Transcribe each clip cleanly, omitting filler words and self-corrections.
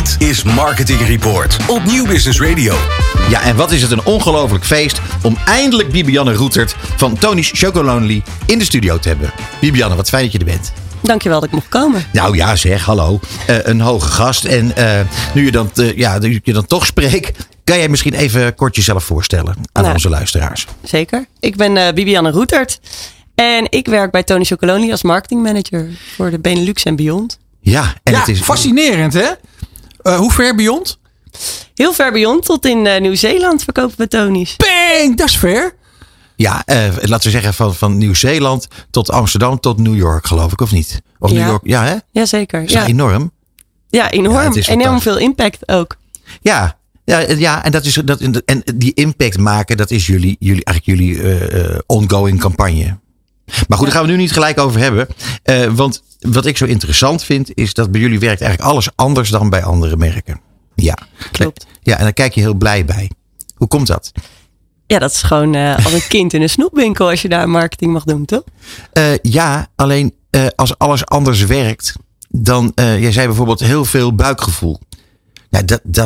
Dit is Marketing Report op Nieuw Business Radio. Ja, en wat is het een ongelooflijk feest om eindelijk Bibianne Roetert van Tony's Chocolonely in de studio te hebben. Bibianne, wat fijn dat je er bent. Dankjewel dat ik mocht komen. Nou ja, zeg, hallo. Een hoge gast. En nu je dan toch spreekt, kan jij misschien even kort jezelf voorstellen aan onze luisteraars? Zeker. Ik ben Bibianne Roetert. En ik werk bij Tony's Chocolonely als marketingmanager voor de Benelux en Beyond. Ja, het is fascinerend, hè? Hoe ver Beyond? Heel ver Beyond. Tot in Nieuw-Zeeland verkopen we Tony's. Bang, dat is ver. Ja, laten we zeggen van Nieuw-Zeeland tot Amsterdam tot New York, geloof ik, of niet? Of New York, ja hè? Jazeker. Dat is enorm. Ja, enorm. Ja, enorm veel impact ook. Ja, en die impact maken, dat is jullie ongoing campagne. Maar goed, daar gaan we nu niet gelijk over hebben. Want wat ik zo interessant vind, is dat bij jullie werkt eigenlijk alles anders dan bij andere merken. Ja, klopt. Ja, en daar kijk je heel blij bij. Hoe komt dat? Ja, dat is gewoon als een kind in een snoepwinkel als je daar marketing mag doen, toch? Ja, alleen als alles anders werkt, dan, jij zei bijvoorbeeld heel veel buikgevoel. Nou,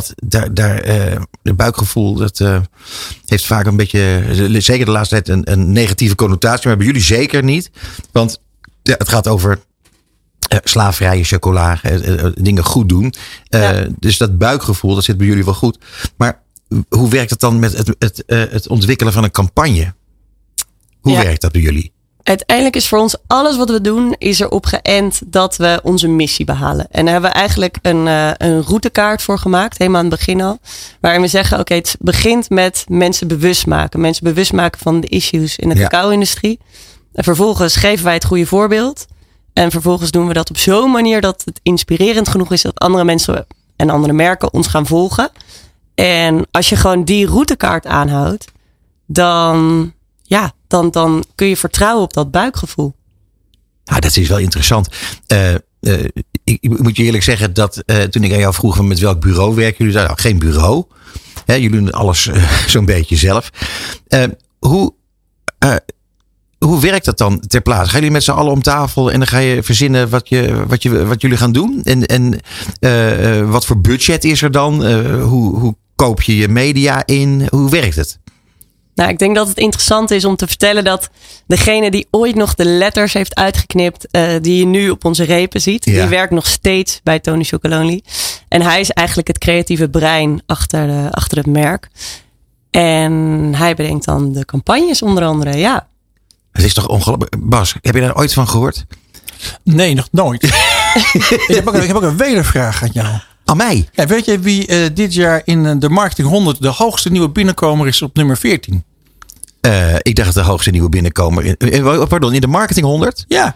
het buikgevoel, dat heeft vaak een beetje, zeker de laatste tijd, een negatieve connotatie. Maar bij jullie zeker niet. Want het gaat over slaafvrije chocola, dingen goed doen. Dus dat buikgevoel, dat zit bij jullie wel goed. Maar hoe werkt het dan met het ontwikkelen van een campagne? Hoe werkt dat bij jullie? Uiteindelijk is voor ons alles wat we doen is erop geënt dat we onze missie behalen. En daar hebben we eigenlijk een routekaart voor gemaakt, helemaal aan het begin al. Waarin we zeggen, oké, het begint met mensen bewust maken. Mensen bewust maken van de issues in de cacao-industrie. En vervolgens geven wij het goede voorbeeld. En vervolgens doen we dat op zo'n manier dat het inspirerend genoeg is dat andere mensen en andere merken ons gaan volgen. En als je gewoon die routekaart aanhoudt, dan kun je vertrouwen op dat buikgevoel. Nou, dat is wel interessant. Ik moet je eerlijk zeggen dat toen ik aan jou vroeg met welk bureau werken jullie, daar geen bureau. Jullie doen alles zo'n beetje zelf. Hoe werkt dat dan ter plaatse? Gaan jullie met z'n allen om tafel en dan ga je verzinnen wat jullie gaan doen? En wat voor budget is er dan? Hoe koop je je media in? Hoe werkt het? Nou, ik denk dat het interessant is om te vertellen dat degene die ooit nog de letters heeft uitgeknipt, die je nu op onze repen ziet, die werkt nog steeds bij Tony's Chocolonely. En hij is eigenlijk het creatieve brein achter het merk. En hij bedenkt dan de campagnes onder andere, ja. Het is toch ongelooflijk. Bas, heb je daar ooit van gehoord? Nee, nog nooit. ik heb ook een wedervraag aan jou. Aan mij? Ja, weet je wie dit jaar in de Marketing 100 de hoogste nieuwe binnenkomer is op nummer 14? Ik dacht de hoogste nieuwe binnenkomer. In de Marketing 100? Ja.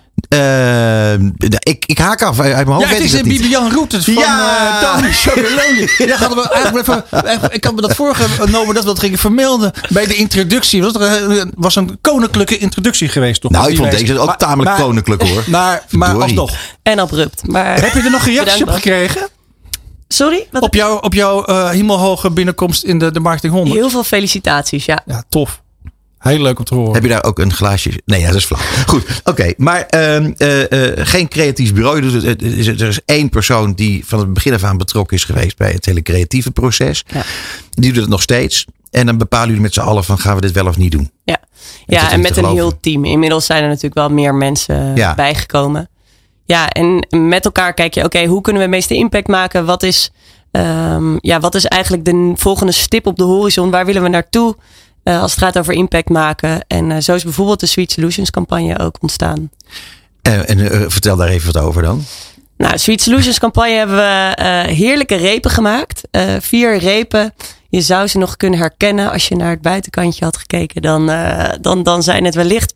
Ik haak af uit mijn hoofd. Ja, het is Bibianne Roetert van Tony's Chocolonely. Ja, hadden we eigenlijk ik had me dat voorgenomen dat we dat gingen vermelden bij de introductie. Het was een koninklijke introductie geweest, toch? Nou, ik vond deze ook tamelijk koninklijk, hoor. Maar alsnog. En abrupt. Maar heb je er nog reacties op gekregen? Sorry? Op jouw hemelhoge binnenkomst in de Marketing 100? Heel veel felicitaties, ja. Ja, tof. Heel leuk om te horen. Heb je daar ook een glaasje? Nee, dat is flauw. Goed, oké. Maar geen creatief bureau. Dus er is één persoon die van het begin af aan betrokken is geweest bij het hele creatieve proces. Ja. Die doet het nog steeds. En dan bepalen jullie met z'n allen van gaan we dit wel of niet doen. Ja, en met een heel team. Inmiddels zijn er natuurlijk wel meer mensen bijgekomen. Ja, en met elkaar kijk je, oké, hoe kunnen we het meeste impact maken? Wat is eigenlijk de volgende stip op de horizon? Waar willen we naartoe? Als het gaat over impact maken. En zo is bijvoorbeeld de Sweet Solutions campagne ook ontstaan. Vertel daar even wat over dan. Nou, Sweet Solutions campagne hebben we heerlijke repen gemaakt. 4 repen. Je zou ze nog kunnen herkennen als je naar het buitenkantje had gekeken. Dan zijn het wellicht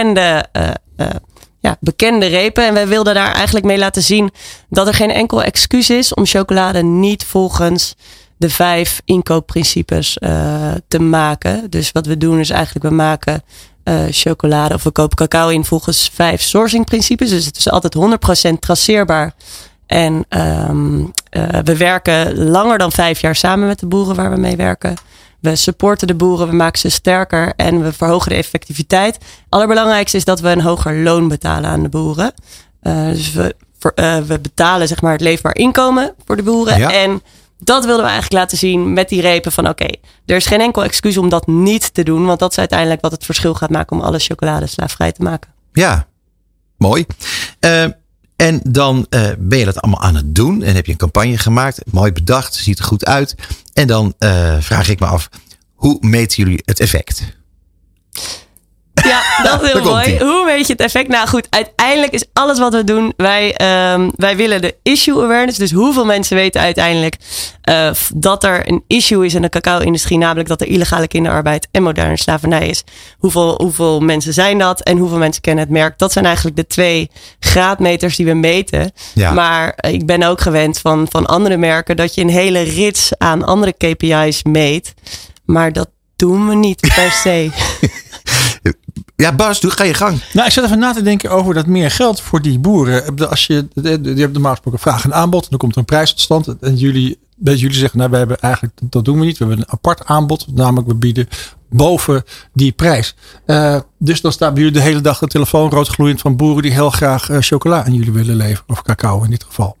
bekende repen. En wij wilden daar eigenlijk mee laten zien dat er geen enkel excuus is om chocolade niet volgens de 5 inkoopprincipes te maken. Dus wat we doen is eigenlijk, we maken chocolade of we kopen cacao in volgens 5 sourcingprincipes. Dus het is altijd 100% traceerbaar. En we werken langer dan 5 jaar samen met de boeren waar we mee werken. We supporten de boeren, we maken ze sterker en we verhogen de effectiviteit. Allerbelangrijkste is dat we een hoger loon betalen aan de boeren. Dus we we betalen zeg maar het leefbaar inkomen voor de boeren. Ja. En dat wilden we eigenlijk laten zien met die repen van oké, er is geen enkel excuus om dat niet te doen. Want dat is uiteindelijk wat het verschil gaat maken om alle chocolade slaafvrij te maken. Ja, mooi. En dan ben je dat allemaal aan het doen. En heb je een campagne gemaakt. Mooi bedacht. Ziet er goed uit. En dan vraag ik me af. Hoe meten jullie het effect? Ja, dat is heel Daar mooi. komt-ie. Hoe weet je het effect? Nou goed, uiteindelijk is alles wat we doen. Wij willen de issue awareness. Dus hoeveel mensen weten uiteindelijk dat er een issue is in de cacao-industrie. Namelijk dat er illegale kinderarbeid en moderne slavernij is. Hoeveel mensen zijn dat? En hoeveel mensen kennen het merk? Dat zijn eigenlijk de 2 graadmeters die we meten. Ja. Maar ik ben ook gewend van andere merken dat je een hele rits aan andere KPI's meet. Maar dat doen we niet per se. Ja, Bas, ga je gang. Nou, ik zat even na te denken over dat meer geld voor die boeren. Als je hebt normaal gesproken vraag en aanbod. En dan komt er een prijs tot stand. En jullie zeggen, nou, we hebben eigenlijk, dat doen we niet. We hebben een apart aanbod. Namelijk, we bieden boven die prijs. Dus dan staat bij jullie de hele dag de telefoon roodgloeiend van boeren die heel graag chocola aan jullie willen leveren. Of cacao in dit geval.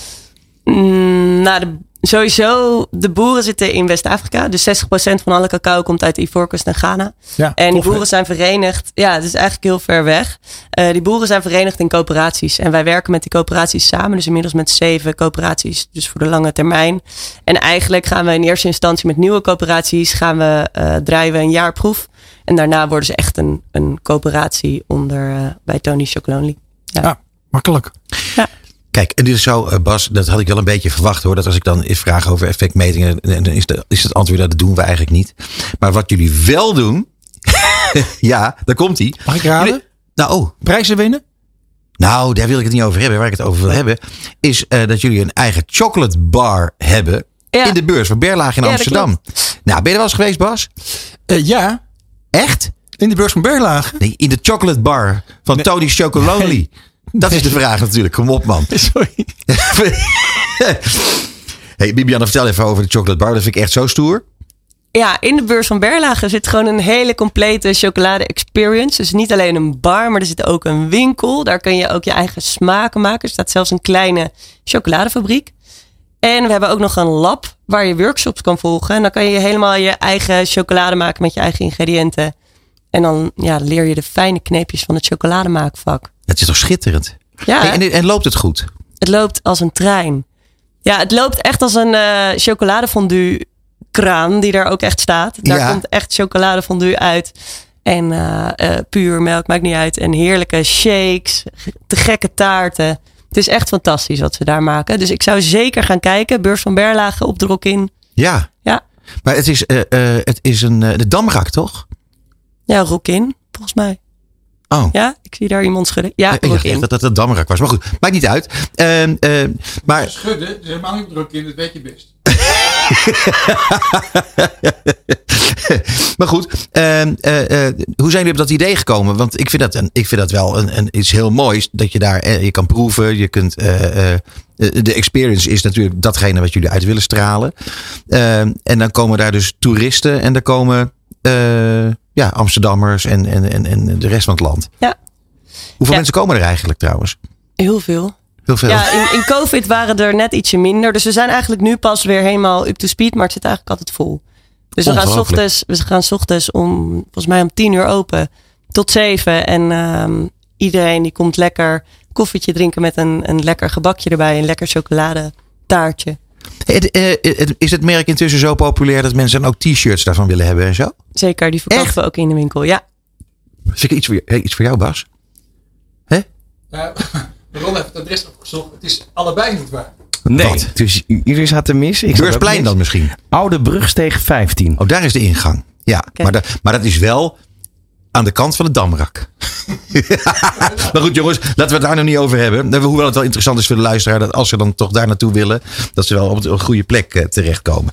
Sowieso, de boeren zitten in West-Afrika. Dus 60% van alle cacao komt uit Ivoorkust en Ghana. Ja, en die tof, boeren zijn verenigd. Ja, het is eigenlijk heel ver weg. Die boeren zijn verenigd in coöperaties. En wij werken met die coöperaties samen. Dus inmiddels met 7 coöperaties. Dus voor de lange termijn. En eigenlijk gaan we in eerste instantie met nieuwe coöperaties. Draaien we een jaar proef. En daarna worden ze echt een coöperatie bij Tony Chocolonely. Ja, makkelijk. Ja. Kijk, en dit is zo, Bas, dat had ik wel een beetje verwacht hoor. Dat als ik dan vraag over effectmetingen, dan is het antwoord dat doen we eigenlijk niet. Maar wat jullie wel doen, ja, daar komt ie. Mag ik raden? Prijzen winnen? Nou, daar wil ik het niet over hebben. Waar ik het over wil hebben, is dat jullie een eigen chocolate bar hebben in de beurs van Berlage in Amsterdam. Nou, ben je er wel eens geweest, Bas? Ja. Echt? In de beurs van Berlage? Nee, in de chocolate bar van Tony Chocolonely. Nee. Dat is de vraag natuurlijk. Kom op, man. Sorry. Hey, Bibiana, vertel even over de chocolate bar. Dat vind ik echt zo stoer. Ja, in de beurs van Berlage zit gewoon een hele complete chocolade experience. Dus niet alleen een bar, maar er zit ook een winkel. Daar kun je ook je eigen smaken maken. Er staat zelfs een kleine chocoladefabriek. En we hebben ook nog een lab waar je workshops kan volgen. En dan kan je helemaal je eigen chocolade maken met je eigen ingrediënten. En dan leer je de fijne kneepjes van het chocolademaakvak. Het is toch schitterend? Ja, hey, en loopt het goed? Het loopt als een trein. Ja, het loopt echt als een chocoladefondue kraan die daar ook echt staat. Daar komt echt chocoladefondue uit. En puur melk, maakt niet uit. En heerlijke shakes, te gekke taarten. Het is echt fantastisch wat ze daar maken. Dus ik zou zeker gaan kijken. Beurs van Berlage op de Rock-in. Ja. Maar het is de Damrak, toch? Ja, Rock-in, volgens mij. Oh. Ja, ik zie daar iemand schudden. Ja, ik dacht echt dat het Damrak was. Maar goed, maakt niet uit. Maar schudden, dus helemaal niet Rock-in, dat weet je best. Maar goed, hoe zijn jullie op dat idee gekomen? Want ik vind dat wel iets heel moois. Dat je daar, je kan proeven. Je kunt, de experience is natuurlijk datgene wat jullie uit willen stralen. En dan komen daar dus toeristen. En daar komen Amsterdammers en de rest van het land. Ja. Hoeveel mensen komen er eigenlijk trouwens? Heel veel. Heel veel. Ja, in COVID waren er net ietsje minder. Dus we zijn eigenlijk nu pas weer helemaal up to speed. Maar het zit eigenlijk altijd vol. Dus we gaan 's ochtends volgens mij om 10 uur open. Tot 7. En iedereen die komt lekker koffietje drinken met een lekker gebakje erbij. Een lekker chocoladetaartje. Is het merk intussen zo populair dat mensen ook t-shirts daarvan willen hebben en zo? Zeker, die verkopen we ook in de winkel, ja. Vind ik iets voor jou, Bas? Hè? Ron heeft het adres opgezocht. Het is allebei niet waar. Nee, Wat? dus jullie zaten mis. Beursplein dan misschien? Oude Brugsteeg 15. Oh, daar is de ingang. Ja, okay. Maar dat is wel aan de kant van de Damrak. Maar goed jongens, laten we het daar nog niet over hebben. Hoewel het wel interessant is voor de luisteraar dat als ze dan toch daar naartoe willen, dat ze wel op een goede plek terechtkomen.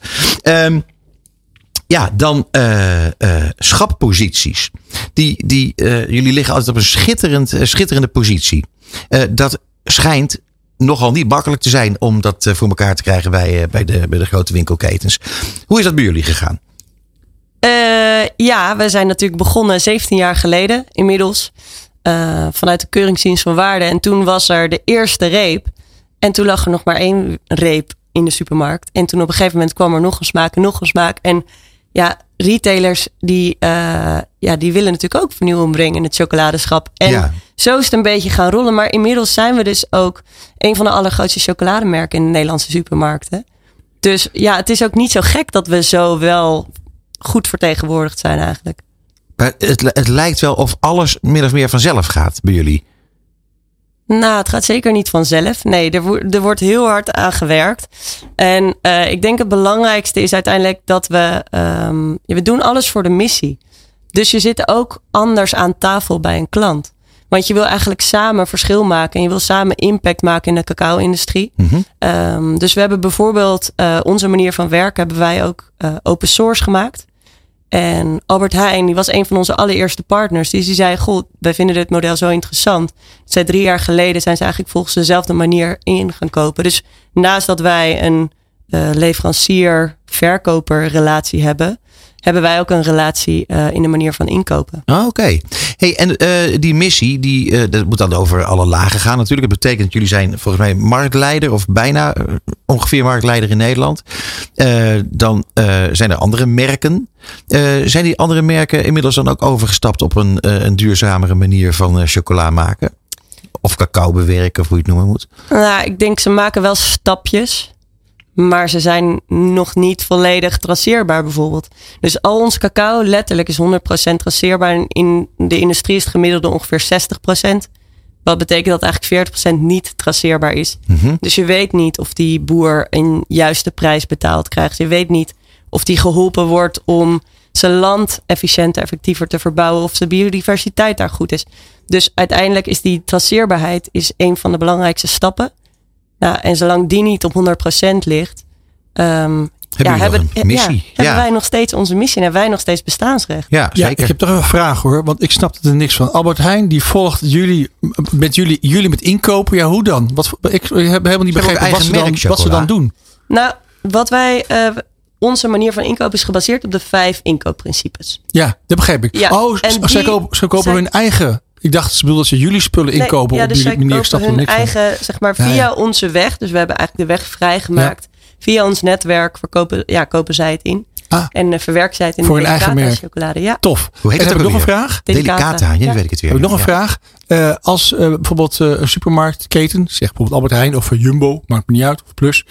Dan schapposities. Jullie liggen altijd op een schitterende positie. Dat schijnt nogal niet makkelijk te zijn om dat voor elkaar te krijgen bij de grote winkelketens. Hoe is dat bij jullie gegaan? We zijn natuurlijk begonnen 17 jaar geleden inmiddels. vanuit de Keuringsdienst van Waarde. En toen was er de eerste reep. En toen lag er nog maar 1 reep in de supermarkt. En toen op een gegeven moment kwam er nog een smaak en nog een smaak. En ja, retailers die willen natuurlijk ook vernieuwing brengen in het chocoladeschap. En zo is het een beetje gaan rollen. Maar inmiddels zijn we dus ook een van de allergrootste chocolademerken in de Nederlandse supermarkten. Dus ja, het is ook niet zo gek dat we zo wel goed vertegenwoordigd zijn eigenlijk. Maar het lijkt wel of alles min of meer vanzelf gaat bij jullie. Nou, het gaat zeker niet vanzelf. Nee, er wordt heel hard aan gewerkt. En ik denk het belangrijkste is uiteindelijk dat we doen alles voor de missie. Dus je zit ook anders aan tafel bij een klant. Want je wil eigenlijk samen verschil maken. En je wil samen impact maken in de cacao-industrie. Mm-hmm. Dus we hebben bijvoorbeeld onze manier van werken hebben wij ook open source gemaakt. En Albert Heijn, die was een van onze allereerste partners. Die zei, goh, wij vinden dit model zo interessant. Zij 3 jaar geleden zijn ze eigenlijk volgens dezelfde manier in gaan kopen. Dus naast dat wij een leverancier-verkoper relatie hebben wij ook een relatie in de manier van inkopen. Oké. Hey, en die missie, dat moet dan over alle lagen gaan natuurlijk. Dat betekent dat jullie zijn volgens mij marktleider of bijna ongeveer marktleider in Nederland. Dan zijn er andere merken. Zijn die andere merken inmiddels dan ook overgestapt op een duurzamere manier van chocola maken? Of cacao bewerken, of hoe je het noemen moet? Nou, ik denk ze maken wel stapjes. Maar ze zijn nog niet volledig traceerbaar bijvoorbeeld. Dus al ons cacao letterlijk is 100% traceerbaar. En in de industrie is het gemiddelde ongeveer 60%. Wat betekent dat eigenlijk 40% niet traceerbaar is. Mm-hmm. Dus je weet niet of die boer een juiste prijs betaald krijgt. Je weet niet of die geholpen wordt om zijn land efficiënter, effectiever te verbouwen. Of zijn biodiversiteit daar goed is. Dus uiteindelijk is die traceerbaarheid een van de belangrijkste stappen. Nou, en zolang die niet op 100% ligt, hebben wij nog steeds onze missie en hebben wij nog steeds bestaansrecht. Ja, zeker. Ik heb toch een vraag hoor, want ik snap er niks van. Albert Heijn die volgt jullie met inkopen. Ja, hoe dan? Ik heb helemaal niet begrepen wat ze dan doen. Nou, onze manier van inkopen is gebaseerd op de 5 inkoopprincipes. Ja, dat begreep ik. Ja, ze kopen hun eigen. Ik dacht, ze bedoelden dat ze jullie spullen inkopen op jullie manier. Ze kopen hun eigen, zeg maar, via onze weg. Dus we hebben eigenlijk de weg vrijgemaakt. Ja. Via ons netwerk kopen zij het in. En verwerken zij het in voor hun eigen merk. Chocolade. Ja. Tof. Hoe heet het heb ik nog een vraag? Delicata. Ja, weet ik het weer. Heb ik nog een vraag? Als bijvoorbeeld een supermarktketen, zeg bijvoorbeeld Albert Heijn of Jumbo, maakt me niet uit, of Plus.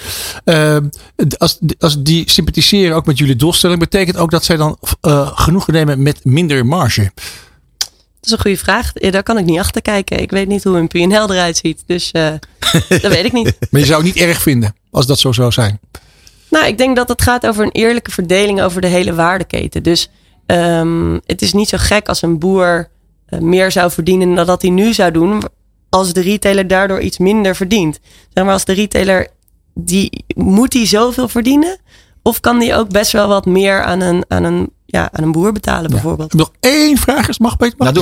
Als die sympathiseren ook met jullie doelstelling, betekent ook dat zij dan genoegen nemen met minder marge? Dat is een goede vraag. Daar kan ik niet achter kijken. Ik weet niet hoe een P&L eruit ziet. Dus dat weet ik niet. Maar je zou het niet erg vinden als dat zo zou zijn? Nou, ik denk dat het gaat over een eerlijke verdeling over de hele waardeketen. Dus het is niet zo gek als een boer meer zou verdienen dan dat hij nu zou doen. Als de retailer daardoor iets minder verdient. Zeg maar, als de retailer, moet die zoveel verdienen? Of kan die ook best wel wat meer aan een boer betalen bijvoorbeeld? Nog 1 vraag. Mag Peter? Nou, doe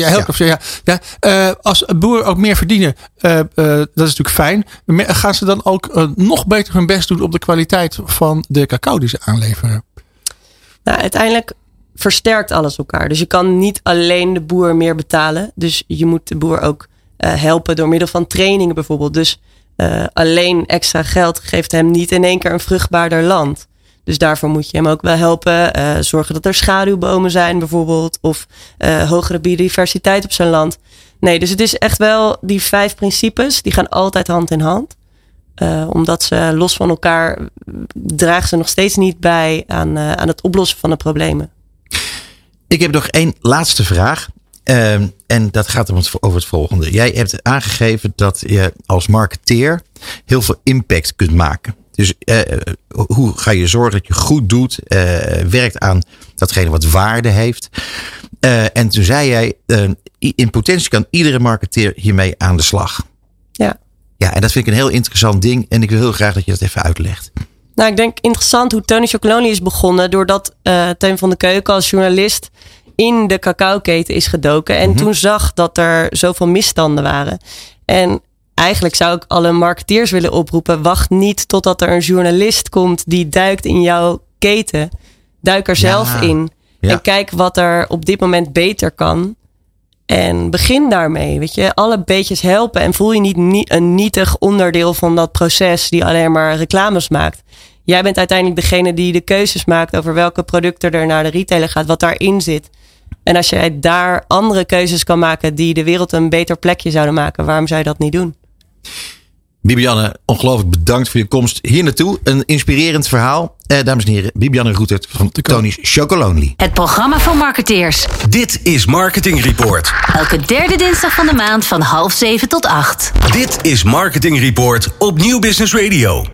maar. Als een boer ook meer verdienen, dat is natuurlijk fijn. Gaan ze dan ook nog beter hun best doen op de kwaliteit van de cacao die ze aanleveren? Nou, uiteindelijk versterkt alles elkaar. Dus je kan niet alleen de boer meer betalen. Dus je moet de boer ook helpen door middel van trainingen bijvoorbeeld. Dus alleen extra geld geeft hem niet in één keer een vruchtbaarder land. Dus daarvoor moet je hem ook wel helpen. Zorgen dat er schaduwbomen zijn bijvoorbeeld. Of hogere biodiversiteit op zijn land. Nee, dus het is echt wel die 5 principes. Die gaan altijd hand in hand. Omdat ze los van elkaar dragen ze nog steeds niet bij aan het oplossen van de problemen. Ik heb nog 1 laatste vraag. En dat gaat over het volgende. Jij hebt aangegeven dat je als marketeer heel veel impact kunt maken. Dus hoe ga je zorgen dat je goed doet, werkt aan datgene wat waarde heeft. En toen zei jij, in potentie kan iedere marketeer hiermee aan de slag. Ja. Ja, en dat vind ik een heel interessant ding. En ik wil heel graag dat je dat even uitlegt. Nou, ik denk interessant hoe Tony Chocolonely is begonnen. Doordat Teun van de Keuken als journalist in de cacaoketen is gedoken. En toen zag dat er zoveel misstanden waren. En eigenlijk zou ik alle marketeers willen oproepen. Wacht niet totdat er een journalist komt die duikt in jouw keten. Duik er zelf in. Ja. En kijk wat er op dit moment beter kan. En begin daarmee, weet je. Alle beetjes helpen en voel je niet een nietig onderdeel van dat proces die alleen maar reclames maakt. Jij bent uiteindelijk degene die de keuzes maakt over welke producten er naar de retailer gaat, wat daarin zit. En als jij daar andere keuzes kan maken die de wereld een beter plekje zouden maken, waarom zou je dat niet doen? Bibianne, ongelooflijk bedankt voor je komst hier naartoe. Een inspirerend verhaal. Dames en heren, Bibianne Roetert van Tony's Chocolonely. Het programma voor marketeers. Dit is Marketing Report. Elke derde dinsdag van de maand van 6:30 tot 8:30. Dit is Marketing Report op Nieuw Business Radio.